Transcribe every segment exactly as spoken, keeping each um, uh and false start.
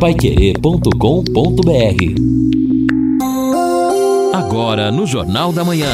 paiquerê ponto com ponto br. Agora no Jornal da Manhã.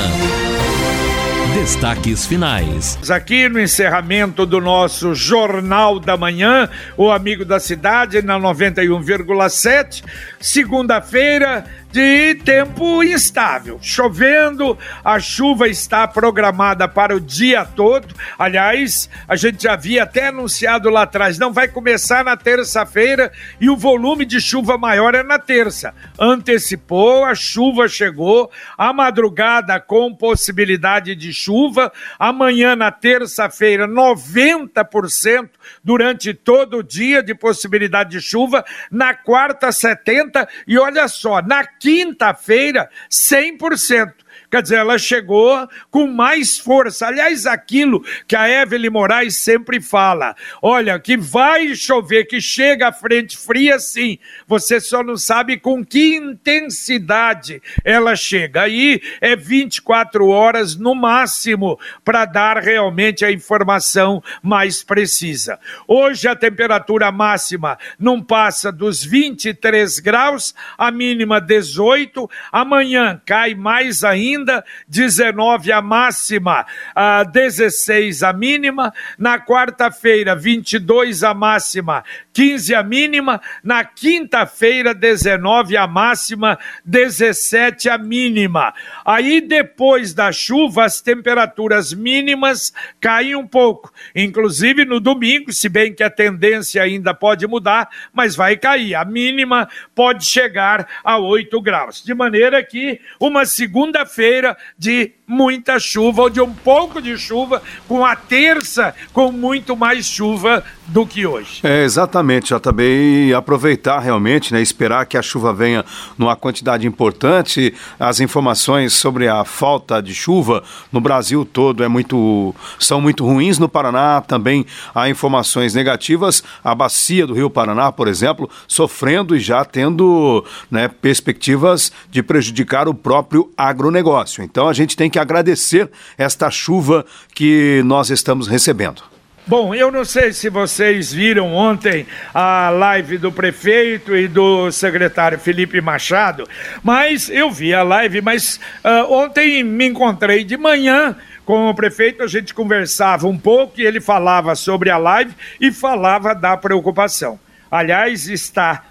Destaques finais. Aqui no encerramento do nosso Jornal da Manhã, o Amigo da Cidade, na noventa e um vírgula sete, segunda-feira de tempo instável, chovendo, a chuva está programada para o dia todo. Aliás, a gente já havia até anunciado lá atrás, não vai começar na terça-feira e o volume de chuva maior é na terça. Antecipou, a chuva chegou, a madrugada com possibilidade de chuva, amanhã na terça-feira noventa por cento durante todo o dia de possibilidade de chuva, na quarta setenta por cento e olha só, na quinta-feira cem por cento. Quer dizer, ela chegou com mais força. Aliás, aquilo que a Evelyn Moraes sempre fala, olha, que vai chover, que chega a frente fria sim, você só não sabe com que intensidade ela chega. Aí é vinte e quatro horas no máximo para dar realmente a informação mais precisa. Hoje a temperatura máxima não passa dos vinte e três graus, a mínima dezoito, amanhã cai mais ainda, dezenove a máxima, a dezesseis a mínima, na quarta-feira vinte e dois a máxima, quinze a mínima, na quinta-feira dezenove a máxima, dezessete a mínima. Aí depois da chuva as temperaturas mínimas caem um pouco, inclusive no domingo, se bem que a tendência ainda pode mudar, mas vai cair, a mínima pode chegar a oito graus, de maneira que uma segunda-feira de muita chuva ou de um pouco de chuva, com a terça com muito mais chuva do que hoje. É, exatamente, J B, e aproveitar realmente, né, esperar que a chuva venha numa quantidade importante. As informações sobre a falta de chuva no Brasil todo é muito, são muito ruins. No Paraná também há informações negativas, a bacia do Rio Paraná, por exemplo, sofrendo e já tendo, né, perspectivas de prejudicar o próprio agronegócio. Então a gente tem que agradecer esta chuva que nós estamos recebendo. Bom, eu não sei se vocês viram ontem a live do prefeito e do secretário Felipe Machado, mas eu vi a live, mas uh, ontem me encontrei de manhã com o prefeito, a gente conversava um pouco e ele falava sobre a live e falava da preocupação. Aliás, está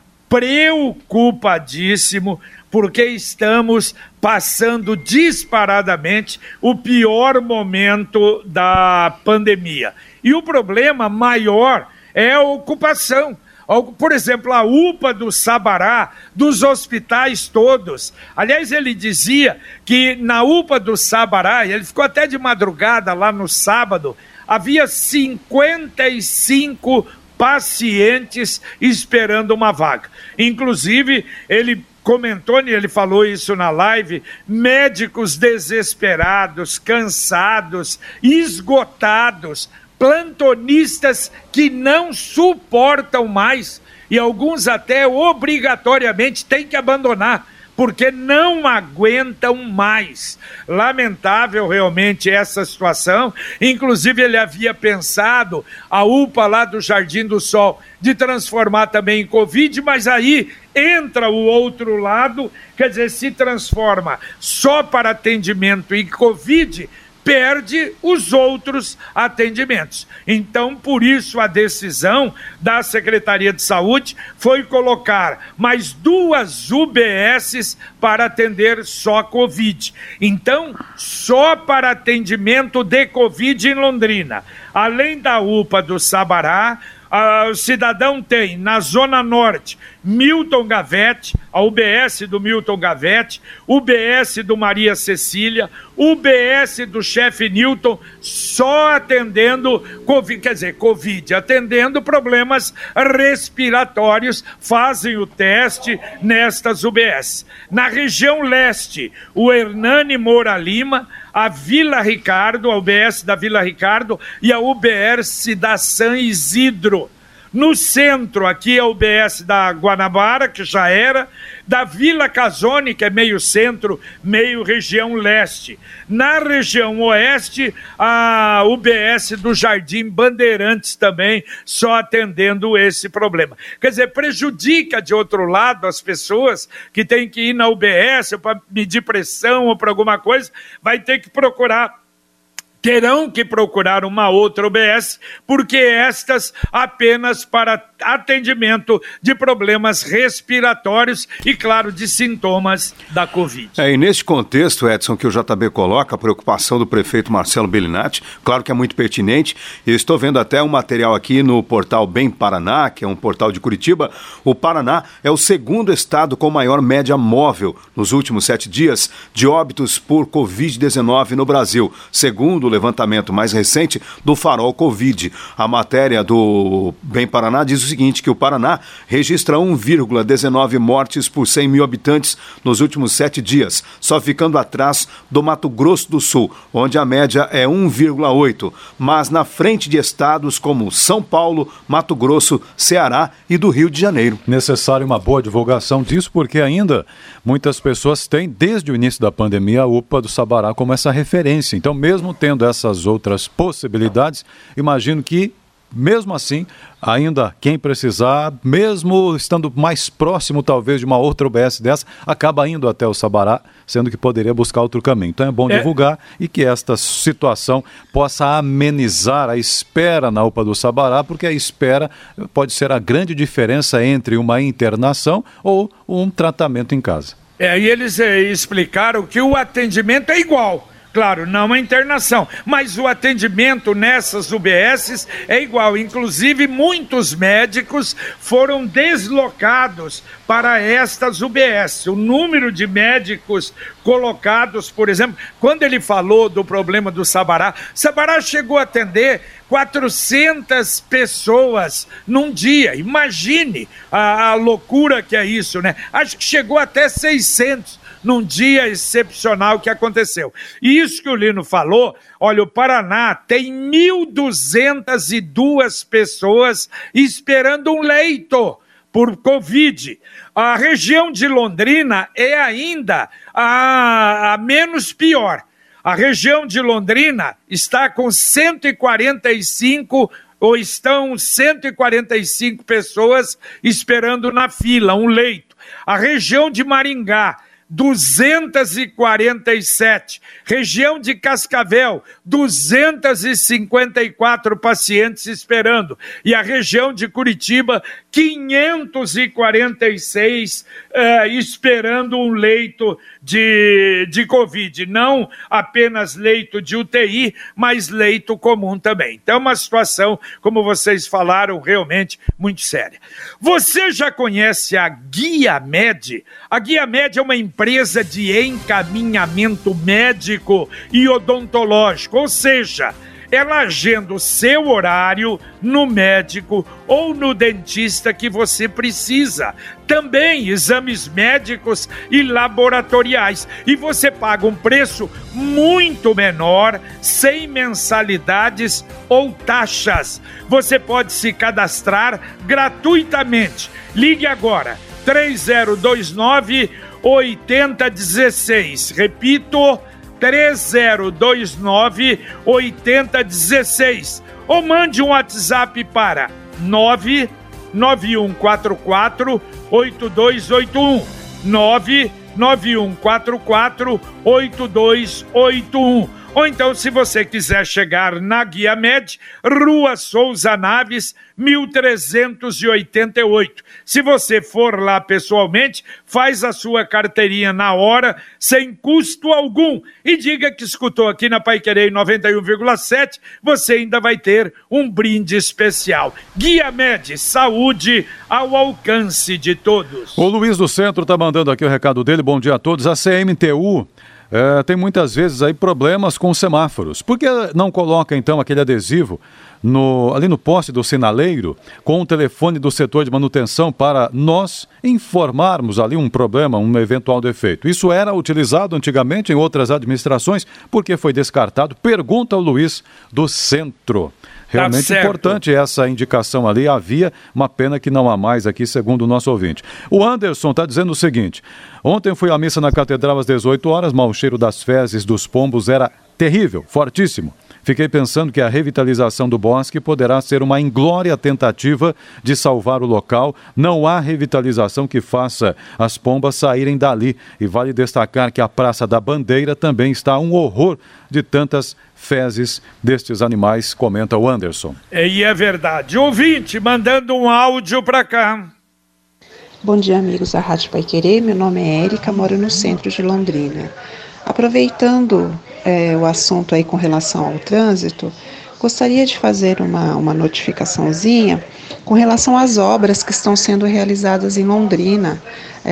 preocupadíssimo porque estamos passando disparadamente o pior momento da pandemia. E o problema maior é a ocupação. Por exemplo, a U P A do Sabará, dos hospitais todos. Aliás, ele dizia que na U P A do Sabará, ele ficou até de madrugada lá no sábado, havia cinquenta e cinco pacientes esperando uma vaga. Inclusive, ele comentou, e ele falou isso na live, médicos desesperados, cansados, esgotados, plantonistas que não suportam mais e alguns até obrigatoriamente têm que abandonar, porque não aguentam mais. Lamentável realmente essa situação. Inclusive ele havia pensado, a U P A lá do Jardim do Sol, de transformar também em Covid, mas aí entra o outro lado, quer dizer, se transforma só para atendimento em Covid, perde os outros atendimentos. Então, por isso, a decisão da Secretaria de Saúde foi colocar mais duas U B S para atender só Covid. Então, só para atendimento de Covid em Londrina. Além da U P A do Sabará, Uh, o cidadão tem na Zona Norte Milton Gavete, a U B S do Milton Gavete, U B S do Maria Cecília, U B S do chefe Newton, só atendendo Covid, quer dizer, Covid, atendendo problemas respiratórios, fazem o teste nestas U B S. Na região leste, o Hernani Moura Lima, a Vila Ricardo, a U B S da Vila Ricardo e a U B S da São Isidro. No centro, aqui é o U B S da Guanabara, que já era, da Vila Casone, que é meio centro, meio região leste. Na região oeste, a U B S do Jardim Bandeirantes também, só atendendo esse problema. Quer dizer, prejudica de outro lado as pessoas que têm que ir na U B S para medir pressão ou para alguma coisa, vai ter que procurar. Terão que procurar uma outra U B S, porque estas apenas para atendimento de problemas respiratórios e, claro, de sintomas da Covid. É, e neste contexto, Edson, que o J B coloca, a preocupação do prefeito Marcelo Bellinati, claro que é muito pertinente, eu estou vendo até um material aqui no portal Bem Paraná, que é um portal de Curitiba. O Paraná é o segundo estado com maior média móvel nos últimos sete dias de óbitos por covid dezenove no Brasil, segundo o levantamento mais recente do Farol Covid. A matéria do Bem Paraná diz o seguinte, que o Paraná registra um vírgula dezenove mortes por cem mil habitantes nos últimos sete dias, só ficando atrás do Mato Grosso do Sul, onde a média é um vírgula oito, mas na frente de estados como São Paulo, Mato Grosso, Ceará e do Rio de Janeiro. Necessário uma boa divulgação disso, porque ainda muitas pessoas têm, desde o início da pandemia, a U P A do Sabará como essa referência. Então, mesmo tendo essas outras possibilidades, imagino que, mesmo assim, ainda quem precisar, mesmo estando mais próximo talvez de uma outra U B S dessa, acaba indo até o Sabará, sendo que poderia buscar outro caminho. Então é bom é. divulgar e que esta situação possa amenizar a espera na U P A do Sabará, porque a espera pode ser a grande diferença entre uma internação ou um tratamento em casa. É, e eles é, explicaram que o atendimento é igual. Claro, não a internação, mas o atendimento nessas U B Ss é igual. Inclusive, muitos médicos foram deslocados para estas U B S. O número de médicos colocados, por exemplo, quando ele falou do problema do Sabará, Sabará chegou a atender quatrocentas pessoas num dia. Imagine a, a loucura que é isso, né? Acho que chegou até seiscentos. Num dia excepcional que aconteceu. E isso que o Lino falou, olha, o Paraná tem mil duzentas e duas pessoas esperando um leito por Covid. A região de Londrina é ainda a, a menos pior. A região de Londrina está com cento e quarenta e cinco ou estão cento e quarenta e cinco pessoas esperando na fila, um leito. A região de Maringá, duzentas e quarenta e sete. Região de Cascavel, duzentos e cinquenta e quatro pacientes esperando. E a região de Curitiba, quinhentos e quarenta e seis uh, esperando um leito de, de Covid. Não apenas leito de U T I, mas leito comum também. Então é uma situação, como vocês falaram, realmente muito séria. Você já conhece a Guiamed? A Guiamed é uma empresa empresa de encaminhamento médico e odontológico, ou seja, ela agenda o seu horário no médico ou no dentista que você precisa. Também exames médicos e laboratoriais. E você paga um preço muito menor, sem mensalidades ou taxas. Você pode se cadastrar gratuitamente. Ligue agora, três zero dois nove, oito zero um seis. Repito, três zero dois nove, oito zero um seis. Ou mande um WhatsApp para nove nove um quatro quatro, oito dois oito um. nove nove um quatro quatro, oito dois oito um. Ou então, se você quiser chegar na Guiamed, Rua Souza Naves, mil trezentos e oitenta e oito. Se você for lá pessoalmente, faz a sua carteirinha na hora, sem custo algum. E diga que escutou aqui na Paiquerê noventa e um vírgula sete, você ainda vai ter um brinde especial. Guiamed, saúde ao alcance de todos. O Luiz do Centro está mandando aqui o recado dele. Bom dia a todos. A C M T U... É, tem muitas vezes aí problemas com semáforos. Por que não coloca então aquele adesivo no, ali no poste do sinaleiro com o telefone do setor de manutenção para nós informarmos ali um problema, um eventual defeito? Isso era utilizado antigamente em outras administrações, porque foi descartado? Pergunta ao Luiz do Centro. Realmente tá importante essa indicação ali. Havia uma pena que não há mais aqui, segundo o nosso ouvinte. O Anderson está dizendo o seguinte: ontem fui à missa na catedral às dezoito horas, mas o cheiro das fezes dos pombos era terrível, fortíssimo. Fiquei pensando que a revitalização do bosque poderá ser uma inglória tentativa de salvar o local. Não há revitalização que faça as pombas saírem dali. E vale destacar que a Praça da Bandeira também está um horror de tantas fezes destes animais, comenta o Anderson. E é verdade. Ouvinte, mandando um áudio para cá. Bom dia, amigos da Rádio Paiquerê. Meu nome é Érica, moro no centro de Londrina. Aproveitando é, o assunto aí com relação ao trânsito, gostaria de fazer uma, uma notificaçãozinha com relação às obras que estão sendo realizadas em Londrina.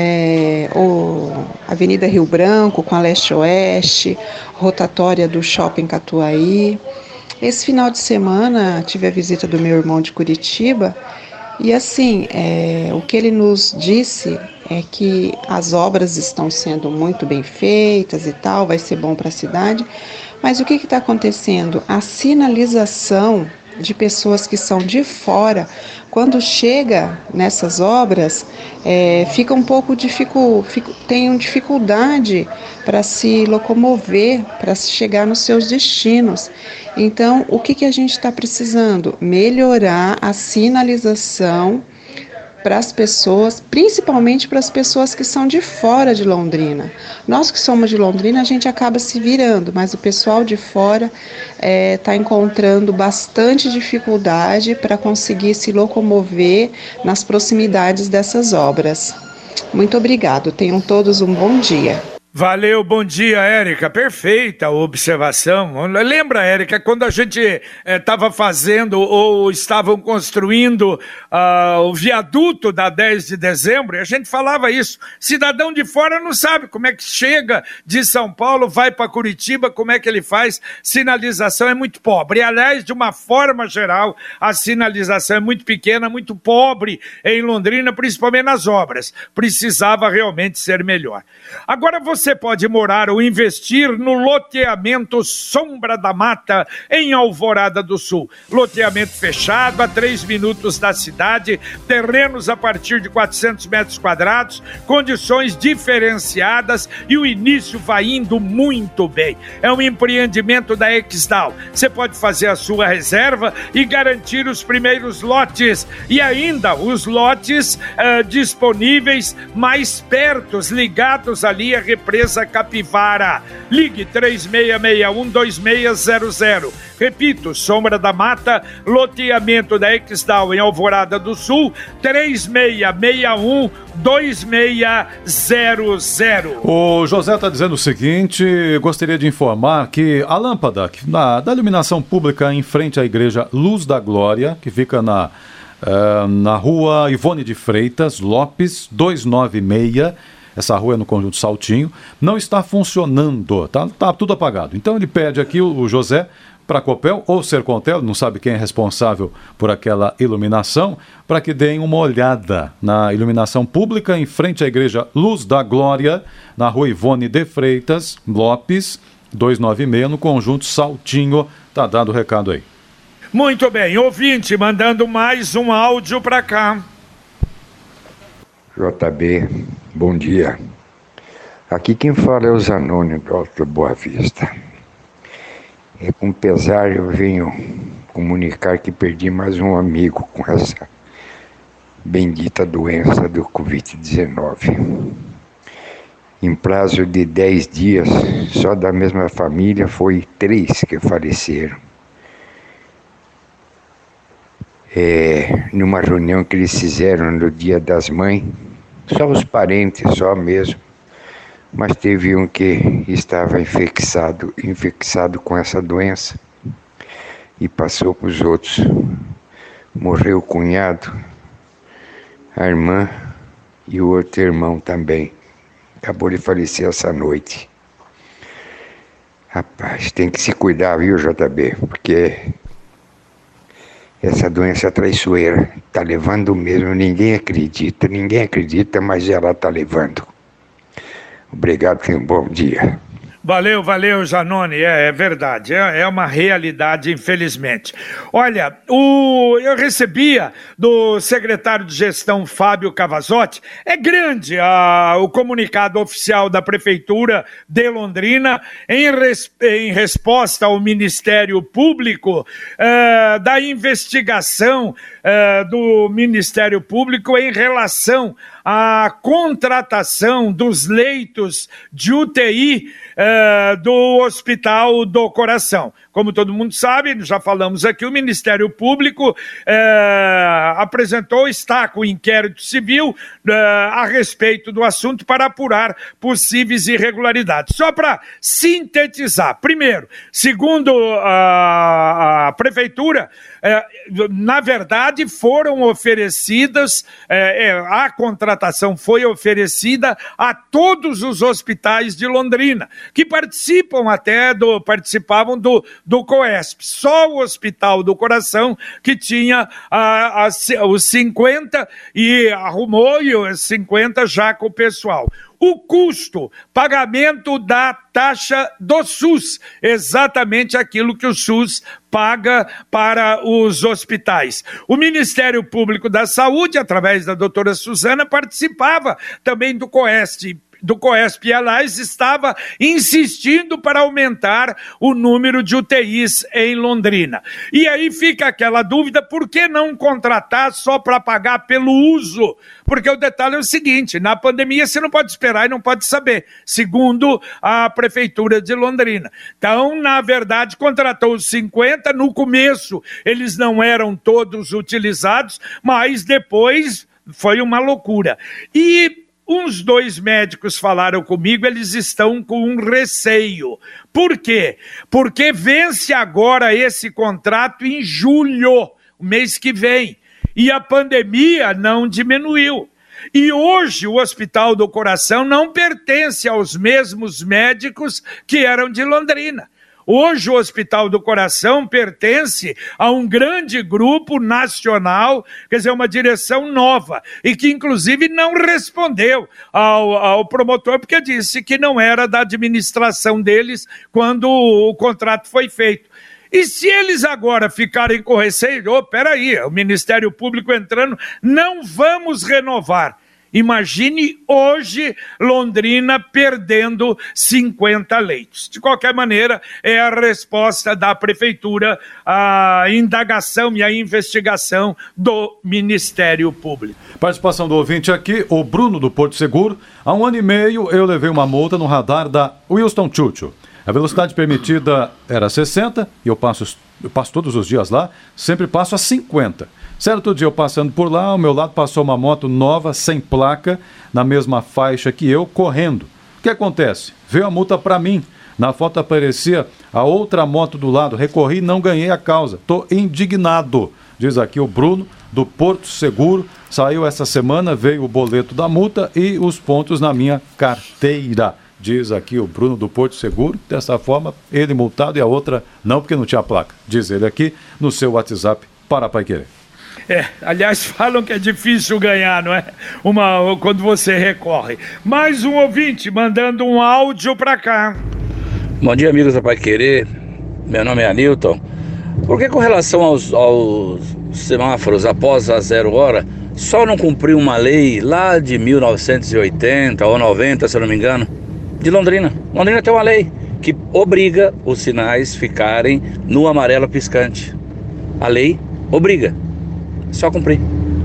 É, o Avenida Rio Branco com a leste-oeste, rotatória do Shopping Catuaí. Esse final de semana tive a visita do meu irmão de Curitiba e assim, é, o que ele nos disse é que as obras estão sendo muito bem feitas e tal, vai ser bom para a cidade, mas o que está acontecendo? A sinalização de pessoas que são de fora, quando chega nessas obras, é, fica um pouco dificu, fico, tem dificuldade para se locomover, para chegar nos seus destinos. Então, o que, que a gente está precisando? Melhorar a sinalização para as pessoas, principalmente para as pessoas que são de fora de Londrina. Nós que somos de Londrina, a gente acaba se virando, mas o pessoal de fora está é, encontrando bastante dificuldade para conseguir se locomover nas proximidades dessas obras. Muito obrigado, tenham todos um bom dia. Valeu, bom dia, Érica. Perfeita observação. Lembra, Érica, quando a gente estava eh, fazendo ou estavam construindo uh, o viaduto da dez de dezembro, e a gente falava isso. Cidadão de fora não sabe como é que chega de São Paulo, vai para Curitiba, como é que ele faz. Sinalização é muito pobre. E, aliás, de uma forma geral, a sinalização é muito pequena, muito pobre em Londrina, principalmente nas obras. Precisava realmente ser melhor. Agora você Você pode morar ou investir no loteamento Sombra da Mata, em Alvorada do Sul. Loteamento fechado, a três minutos da cidade, terrenos a partir de quatrocentos metros quadrados, condições diferenciadas e o início vai indo muito bem. É um empreendimento da Exdal. Você pode fazer a sua reserva e garantir os primeiros lotes e ainda os lotes uh, disponíveis mais perto, ligados ali a Presa Capivara. Ligue três seis seis um, dois seis zero zero. Repito, Sombra da Mata, loteamento da Exdal em Alvorada do Sul, três seis seis um, dois seis zero zero. O José está dizendo o seguinte: gostaria de informar que a lâmpada na, da iluminação pública em frente à igreja Luz da Glória, que fica na, uh, na rua Ivone de Freitas Lopes, duzentos e noventa e seis, essa rua é no Conjunto Saltinho, não está funcionando, tá, tá tudo apagado. Então ele pede aqui, o, o José, para a Copel ou Sercontel, não sabe quem é responsável por aquela iluminação, para que deem uma olhada na iluminação pública em frente à igreja Luz da Glória, na rua Ivone de Freitas Lopes, duzentos e noventa e seis, no Conjunto Saltinho. Tá dado o recado aí. Muito bem, ouvinte, mandando mais um áudio para cá. J B, bom dia. Aqui quem fala é o Zanoni do Alto Boa Vista. É com pesar eu venho comunicar que perdi mais um amigo com essa bendita doença do covid dezenove. Em prazo de dez dias, só da mesma família foi três que faleceram. É, numa reunião que eles fizeram no Dia das Mães, só os parentes, só mesmo, mas teve um que estava infectado, infectado com essa doença e passou para os outros. Morreu o cunhado, a irmã e o outro irmão também. Acabou de falecer essa noite. Rapaz, tem que se cuidar, viu, J B? Porque essa doença traiçoeira está levando mesmo, ninguém acredita, ninguém acredita, mas ela está levando. Obrigado, tenha um bom dia. Valeu, valeu, Zanoni, é, é verdade, é, é uma realidade, infelizmente. Olha, o, eu recebia do secretário de Gestão, Fábio Cavazotti, é grande a, o comunicado oficial da Prefeitura de Londrina em, res, em resposta ao Ministério Público uh, da investigação uh, do Ministério Público em relação à contratação dos leitos de U T I uh, do Hospital do Coração. Como todo mundo sabe, já falamos aqui, o Ministério Público uh, apresentou, está com o inquérito civil uh, a respeito do assunto para apurar possíveis irregularidades. Só para sintetizar, primeiro, segundo a, a Prefeitura, uh, na verdade foram oferecidas, uh, a contratação foi oferecida a todos os hospitais de Londrina, que participam até do, participavam do, do COESP. Só o Hospital do Coração que tinha a, a, os cinquenta e arrumou e os cinquenta já com o pessoal. O custo, pagamento da taxa do SUS, exatamente aquilo que o SUS paga para os hospitais. O Ministério Público da Saúde, através da doutora Suzana, participava também do COESP, do COESP, e, aliás, estava insistindo para aumentar o número de U T Is em Londrina. E aí fica aquela dúvida, por que não contratar só para pagar pelo uso? Porque o detalhe é o seguinte, na pandemia você não pode esperar e não pode saber, segundo a Prefeitura de Londrina. Então, na verdade, contratou os cinquenta, no começo eles não eram todos utilizados, mas depois foi uma loucura. E uns dois médicos falaram comigo, eles estão com um receio. Por quê? Porque vence agora esse contrato em julho, o mês que vem, e a pandemia não diminuiu. E hoje o Hospital do Coração não pertence aos mesmos médicos que eram de Londrina. Hoje o Hospital do Coração pertence a um grande grupo nacional, quer dizer, uma direção nova, e que inclusive não respondeu ao, ao promotor, porque disse que não era da administração deles quando o contrato foi feito. E se eles agora ficarem com receio, oh, peraí, o Ministério Público entrando, não vamos renovar. Imagine hoje Londrina perdendo cinquenta leitos. De qualquer maneira, é a resposta da Prefeitura à indagação e à investigação do Ministério Público. Participação do ouvinte aqui, o Bruno do Porto Seguro. Há um ano e meio eu levei uma multa no radar da Wilson Chucho. A velocidade permitida era sessenta e eu passo, eu passo todos os dias lá, sempre passo a cinquenta. Certo dia eu passando por lá, ao meu lado passou uma moto nova, sem placa, na mesma faixa que eu, correndo. O que acontece? Veio a multa para mim. Na foto aparecia a outra moto do lado. Recorri e não ganhei a causa. Estou indignado, diz aqui o Bruno, do Porto Seguro. Saiu essa semana, veio o boleto da multa e os pontos na minha carteira. Diz aqui o Bruno do Porto Seguro. Dessa forma, ele multado e a outra não, porque não tinha placa. Diz ele aqui no seu WhatsApp para a Paiquerê. É, aliás, falam que é difícil ganhar, não é? Uma, quando você recorre. Mais um ouvinte mandando um áudio para cá. Bom dia, amigos da Paiquerê. Meu nome é Anilton. Por que com relação aos, aos semáforos após a zero hora, só não cumpriu uma lei lá de mil novecentos e oitenta ou noventa, se eu não me engano, de Londrina? Londrina tem uma lei que obriga os sinais ficarem no amarelo piscante. A lei obriga. Só cumprir.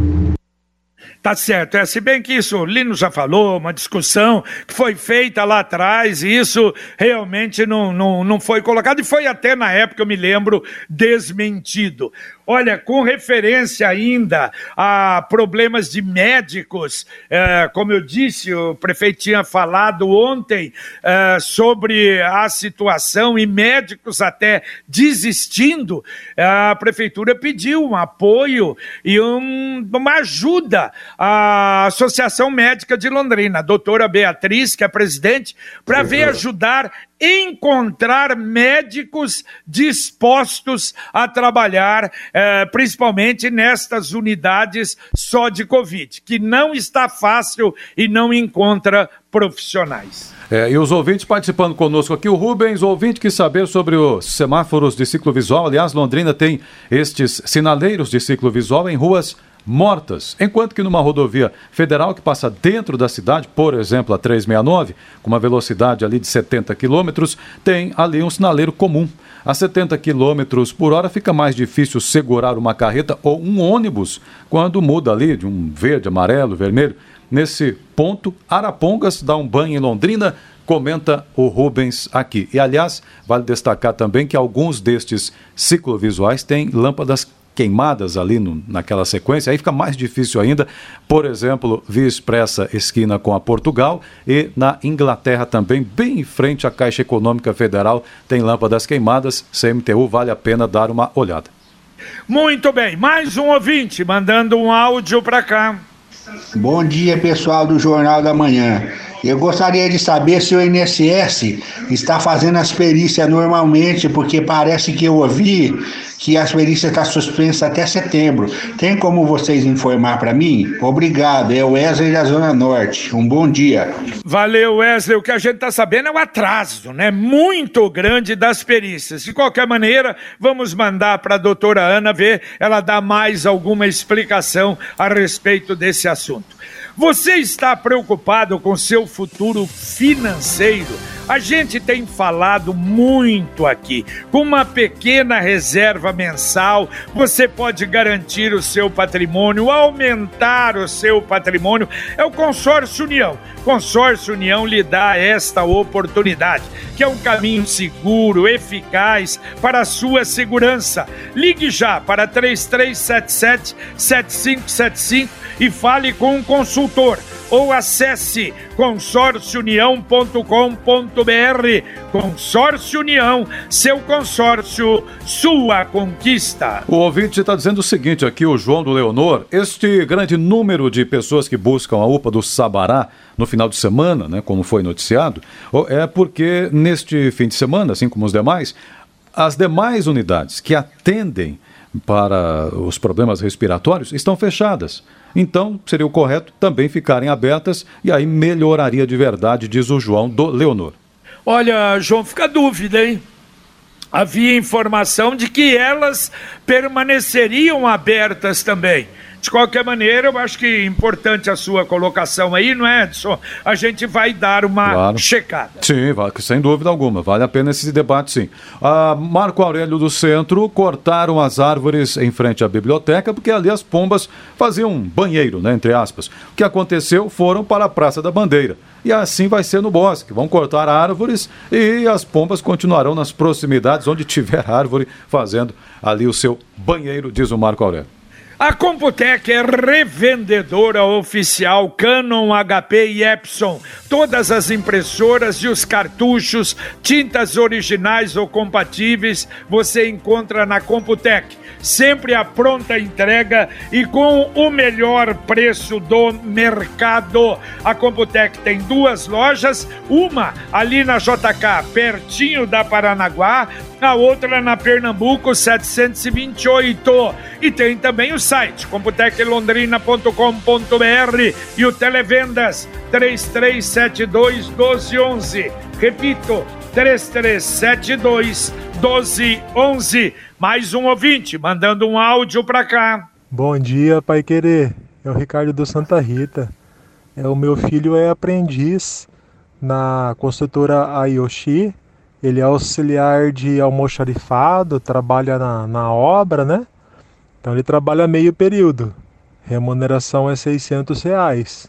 Tá certo, é, se bem que isso, o Lino já falou, uma discussão que foi feita lá atrás, e isso realmente não, não, não foi colocado, e foi até na época, eu me lembro, desmentido. Olha, com referência ainda a problemas de médicos, é, como eu disse, o prefeito tinha falado ontem é, sobre a situação e médicos até desistindo, a prefeitura pediu um apoio e um, uma ajuda à Associação Médica de Londrina, a doutora Beatriz, que é presidente, para ver ajudar encontrar médicos dispostos a trabalhar, eh, principalmente nestas unidades só de Covid, que não está fácil e não encontra profissionais. É, e os ouvintes participando conosco aqui, o Rubens, o ouvinte quis saber sobre os semáforos de ciclovisual. Aliás, Londrina tem estes sinaleiros de ciclovisual em ruas mortas, enquanto que numa rodovia federal que passa dentro da cidade, por exemplo, a trezentos e sessenta e nove, com uma velocidade ali de setenta quilômetros, tem ali um sinaleiro comum. A setenta quilômetros por hora fica mais difícil segurar uma carreta ou um ônibus quando muda ali de um verde, amarelo, vermelho. Nesse ponto, Arapongas dá um banho em Londrina, comenta o Rubens aqui. E, aliás, vale destacar também que alguns destes ciclovisuais têm lâmpadas queimadas ali no, naquela sequência, aí fica mais difícil ainda. Por exemplo, Via Expressa esquina com a Portugal, e na Inglaterra também, bem em frente à Caixa Econômica Federal, tem lâmpadas queimadas. C M T U, vale a pena dar uma olhada. Muito bem, mais um ouvinte mandando um áudio para cá. Bom dia, pessoal do Jornal da Manhã. Eu gostaria de saber se o I N S S está fazendo as perícias normalmente, porque parece que eu ouvi que as perícias estão suspensas até setembro. Tem como vocês informar para mim? Obrigado, é o Wesley da Zona Norte. Um bom dia. Valeu, Wesley. O que a gente está sabendo é o atraso, né? Muito grande das perícias. De qualquer maneira, vamos mandar para a doutora Ana ver, ela dá mais alguma explicação a respeito desse assunto. Você está preocupado com seu futuro financeiro? A gente tem falado muito aqui. Com uma pequena reserva mensal, você pode garantir o seu patrimônio, aumentar o seu patrimônio. É o Consórcio União. Consórcio União lhe dá esta oportunidade, que é um caminho seguro, eficaz para a sua segurança. Ligue já para três três sete sete, sete cinco sete cinco e fale com um consultor, ou acesse consórcio união ponto com ponto b r. Consórcio União, seu consórcio, sua conquista. O ouvinte está dizendo o seguinte aqui, o João do Leonor: este grande número de pessoas que buscam a U P A do Sabará no final de semana, né, como foi noticiado, é porque neste fim de semana, assim como os demais, as demais unidades que atendem para os problemas respiratórios estão fechadas. Então, seria o correto também ficarem abertas, e aí melhoraria de verdade, diz o João do Leonor. Olha, João, fica dúvida, hein? Havia informação de que elas permaneceriam abertas também. De qualquer maneira, eu acho que é importante a sua colocação aí, não é, Edson? A gente vai dar uma claro. checada. Sim, sem dúvida alguma. Vale a pena esse debate, sim. A Marco Aurélio do Centro cortaram as árvores em frente à biblioteca, porque ali as pombas faziam um banheiro, né, entre aspas. O que aconteceu? Foram para a Praça da Bandeira. E assim vai ser no bosque. Vão cortar árvores e as pombas continuarão nas proximidades, onde tiver árvore, fazendo ali o seu banheiro, diz o Marco Aurélio. A Computec é revendedora oficial Canon, H P e Epson. Todas as impressoras e os cartuchos, tintas originais ou compatíveis, você encontra na Computec. Sempre a pronta entrega e com o melhor preço do mercado. A Computec tem duas lojas, uma ali na J K, pertinho da Paranaguá, a outra na Pernambuco setecentos e vinte e oito. E tem também o site computec londrina ponto com ponto b r e o Televendas três três sete dois, um dois um um. Repito, três três sete dois, um dois um um. Mais um ouvinte mandando um áudio para cá. Bom dia, Pai Querer. É o Ricardo do Santa Rita. É, o meu filho é aprendiz na construtora Ayoshi. Ele é auxiliar de almoxarifado, trabalha na, na obra, né? Então ele trabalha meio período. Remuneração é seiscentos reais.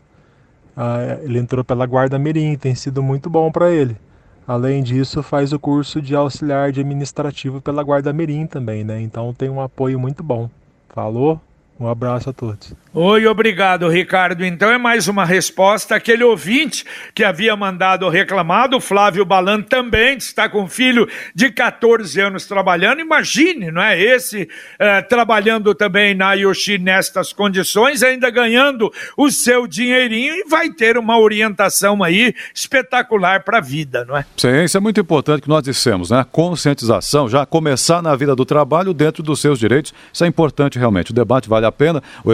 Ah, ele entrou pela Guarda Mirim, tem sido muito bom para ele. Além disso, faz o curso de auxiliar administrativo pela Guarda Mirim também, né? Então tem um apoio muito bom. Falou? Um abraço a todos. Oi, obrigado, Ricardo. Então é mais uma resposta. Aquele ouvinte que havia mandado reclamado, o Flávio Balan, também está com um filho de catorze anos trabalhando. Imagine, não é? Esse eh, trabalhando também na Yoshi nestas condições, ainda ganhando o seu dinheirinho, e vai ter uma orientação aí espetacular para a vida, não é? Sim, isso é muito importante que nós dissemos, né? Conscientização, já começar na vida do trabalho dentro dos seus direitos. Isso é importante realmente. O debate vale a pena. O evento da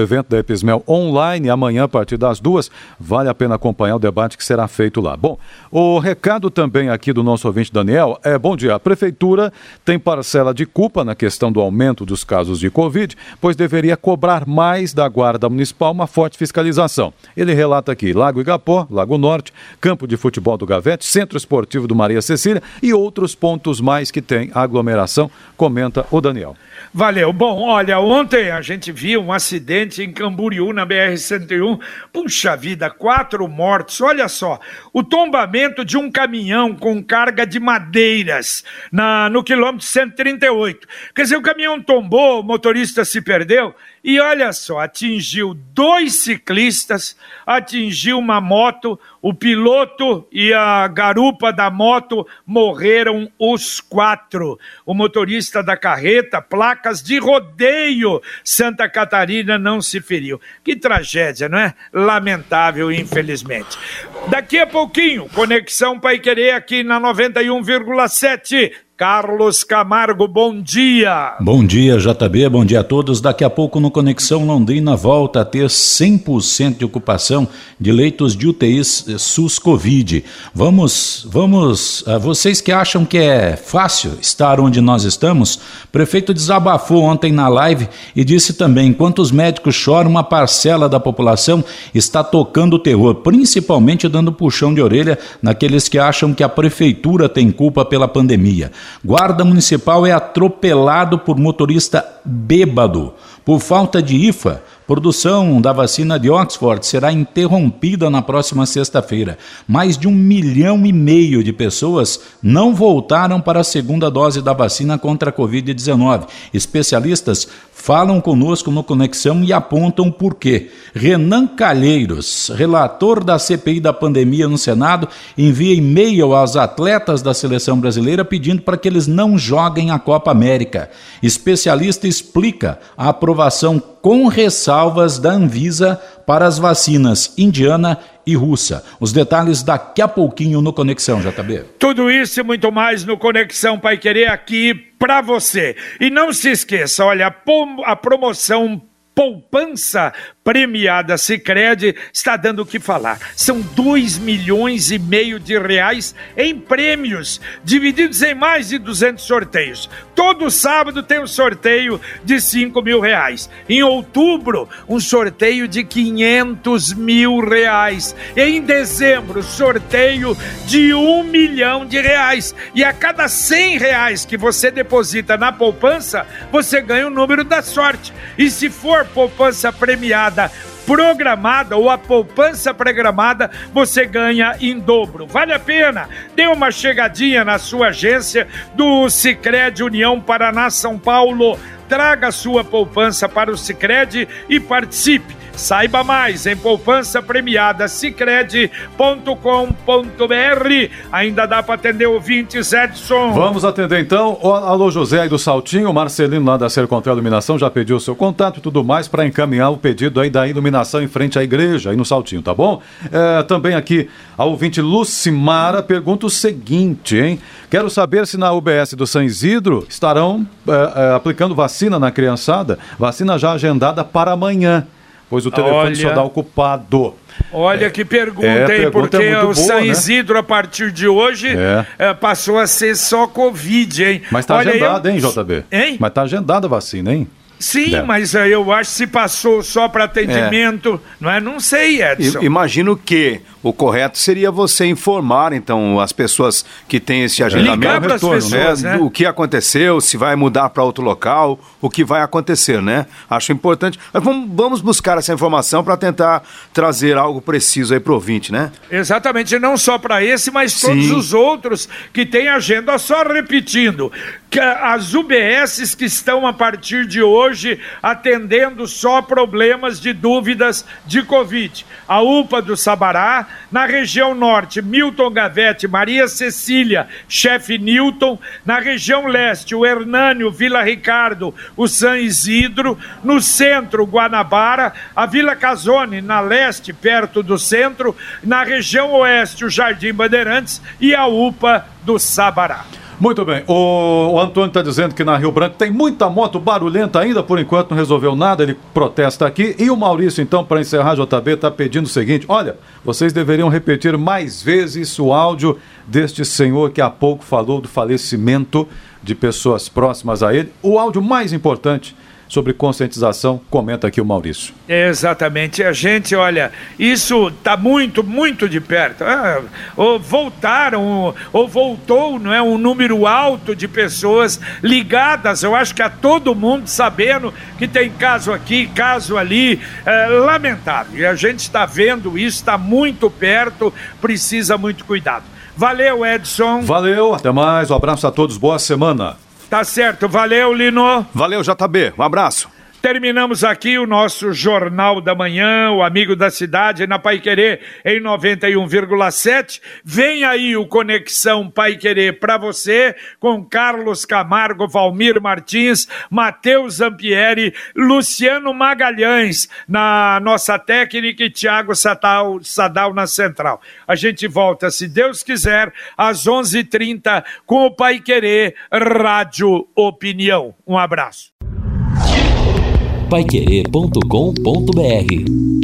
Cepesmel online, amanhã a partir das duas. Vale a pena acompanhar o debate que será feito lá. Bom, o recado também aqui do nosso ouvinte Daniel é: bom dia, a Prefeitura tem parcela de culpa na questão do aumento dos casos de Covid, pois deveria cobrar mais da Guarda Municipal uma forte fiscalização. Ele relata aqui: Lago Igapó, Lago Norte, Campo de Futebol do Gavete, Centro Esportivo do Maria Cecília e outros pontos mais que tem aglomeração, comenta o Daniel. Valeu. Bom, olha, ontem a gente viu um acidente em Camboriú, na B R cento e um. Puxa vida, quatro mortos. Olha só, o tombamento de um caminhão com carga de madeiras na, no quilômetro cento e trinta e oito. Quer dizer, o caminhão tombou, o motorista se perdeu e olha só, atingiu dois ciclistas, atingiu uma moto, o piloto e a garupa da moto morreram os quatro. O motorista da carreta, placas de Rodeio, Santa Catarina, não se feriu. Que tragédia, não é? Lamentável, infelizmente. Daqui a pouquinho, Conexão Paiquerê aqui na noventa e um vírgula sete. Carlos Camargo, bom dia. Bom dia, J B, bom dia a todos. Daqui a pouco no Conexão Londrina volta a ter cem por cento de ocupação de leitos de U T Is SUS Covid. Vamos, vamos, uh, vocês que acham que é fácil estar onde nós estamos, o prefeito desabafou ontem na live e disse também: enquanto os médicos choram, uma parcela da população está tocando o terror, principalmente dando puxão de orelha naqueles que acham que a prefeitura tem culpa pela pandemia. Guarda Municipal é atropelado por motorista bêbado. Por falta de I F A, produção da vacina de Oxford será interrompida na próxima sexta-feira. Mais de um milhão e meio de pessoas não voltaram para a segunda dose da vacina contra a covid dezenove. Especialistas falam conosco no Conexão e apontam por quê. Renan Calheiros, relator da C P I da pandemia no Senado, envia e-mail aos atletas da seleção brasileira pedindo para que eles não joguem a Copa América. Especialista explica a aprovação com ressalvas da Anvisa para as vacinas indiana e russa. Os detalhes daqui a pouquinho no Conexão, J B. Tudo isso e muito mais no Conexão Paiquerê aqui para você. E não se esqueça, olha, a, pom- a promoção Poupança Premiada Sicredi está dando o que falar. São dois milhões e meio de reais em prêmios, divididos em mais de duzentos sorteios. Todo sábado tem um sorteio de cinco mil reais. Em outubro, um sorteio de quinhentos mil reais. E em dezembro, sorteio de um milhão de reais. E a cada cem reais que você deposita na poupança, você ganha o número da sorte. E se for poupança premiada programada ou a poupança programada, você ganha em dobro. Vale a pena? Dê uma chegadinha na sua agência do Sicredi União Paraná São Paulo. Traga sua poupança para o Sicredi e participe. Saiba mais em poupança premiada sicredi ponto com ponto b r. Ainda dá para atender ouvintes, Edson? Vamos atender então. O, alô, José aí do Saltinho, o Marcelino lá da Sercontel Iluminação já pediu o seu contato e tudo mais para encaminhar o pedido aí da iluminação em frente à igreja, aí no Saltinho, tá bom? É, também aqui a ouvinte Lucimara pergunta o seguinte, hein? Quero saber se na U B S do São Isidro estarão é, é, aplicando vacina na criançada, vacina já agendada para amanhã, pois o telefone Olha... só dá ocupado. Olha que pergunta, é, hein? Pergunta porque é o São boa, Isidro, né? A partir de hoje, é. É, passou a ser só Covid, hein? Mas tá Olha, agendado, eu... hein, J B? Hein? Mas tá agendada a vacina, hein? Sim, É. mas uh, eu acho que se passou só para atendimento, é. não é? Não sei, Edson. I- Imagino que o correto seria você informar, então, as pessoas que têm esse agendamento. Ligar para as retorno, pessoas, né? O que aconteceu, se vai mudar para outro local, o que vai acontecer, né? Acho importante. Mas vamos, vamos buscar essa informação para tentar trazer algo preciso aí para o ouvinte, né? Exatamente, não só para esse, mas todos Sim. os outros que têm agenda. Só repetindo, que as U B Ss que estão a partir de hoje atendendo só problemas de dúvidas de Covid. A U P A do Sabará, na região norte, Milton Gavete, Maria Cecília, Chefe Newton, na região leste, o Hernânio, Vila Ricardo, o São Isidro, no centro, Guanabara, a Vila Casone, na leste, perto do centro, na região oeste, o Jardim Bandeirantes e a U P A do Sabará. Muito bem, o, o Antônio está dizendo que na Rio Branco tem muita moto barulhenta ainda, por enquanto não resolveu nada, ele protesta aqui. E o Maurício, então, para encerrar, J B, está pedindo o seguinte: olha, vocês deveriam repetir mais vezes o áudio deste senhor que há pouco falou do falecimento de pessoas próximas a ele. O áudio mais importante sobre conscientização, comenta aqui o Maurício. Exatamente, a gente, olha, isso está muito, muito de perto. Ah, ou voltaram, ou, ou voltou, não é, um número alto de pessoas ligadas, eu acho que a todo mundo, sabendo que tem caso aqui, caso ali, é, lamentável. E a gente está vendo isso, está muito perto, precisa muito cuidado. Valeu, Edson. Valeu, até mais, um abraço a todos, boa semana. Tá certo, valeu, Lino. Valeu, J B, um abraço. Terminamos aqui o nosso Jornal da Manhã, o Amigo da Cidade, na Paiquerê, em noventa e um vírgula sete. Vem aí o Conexão Paiquerê para você, com Carlos Camargo, Valmir Martins, Matheus Zampieri, Luciano Magalhães na nossa técnica e Thiago Sadal, Sadal na central. A gente volta, se Deus quiser, às onze e trinta com o Paiquerê Rádio Opinião. Um abraço. paiquerê ponto com ponto br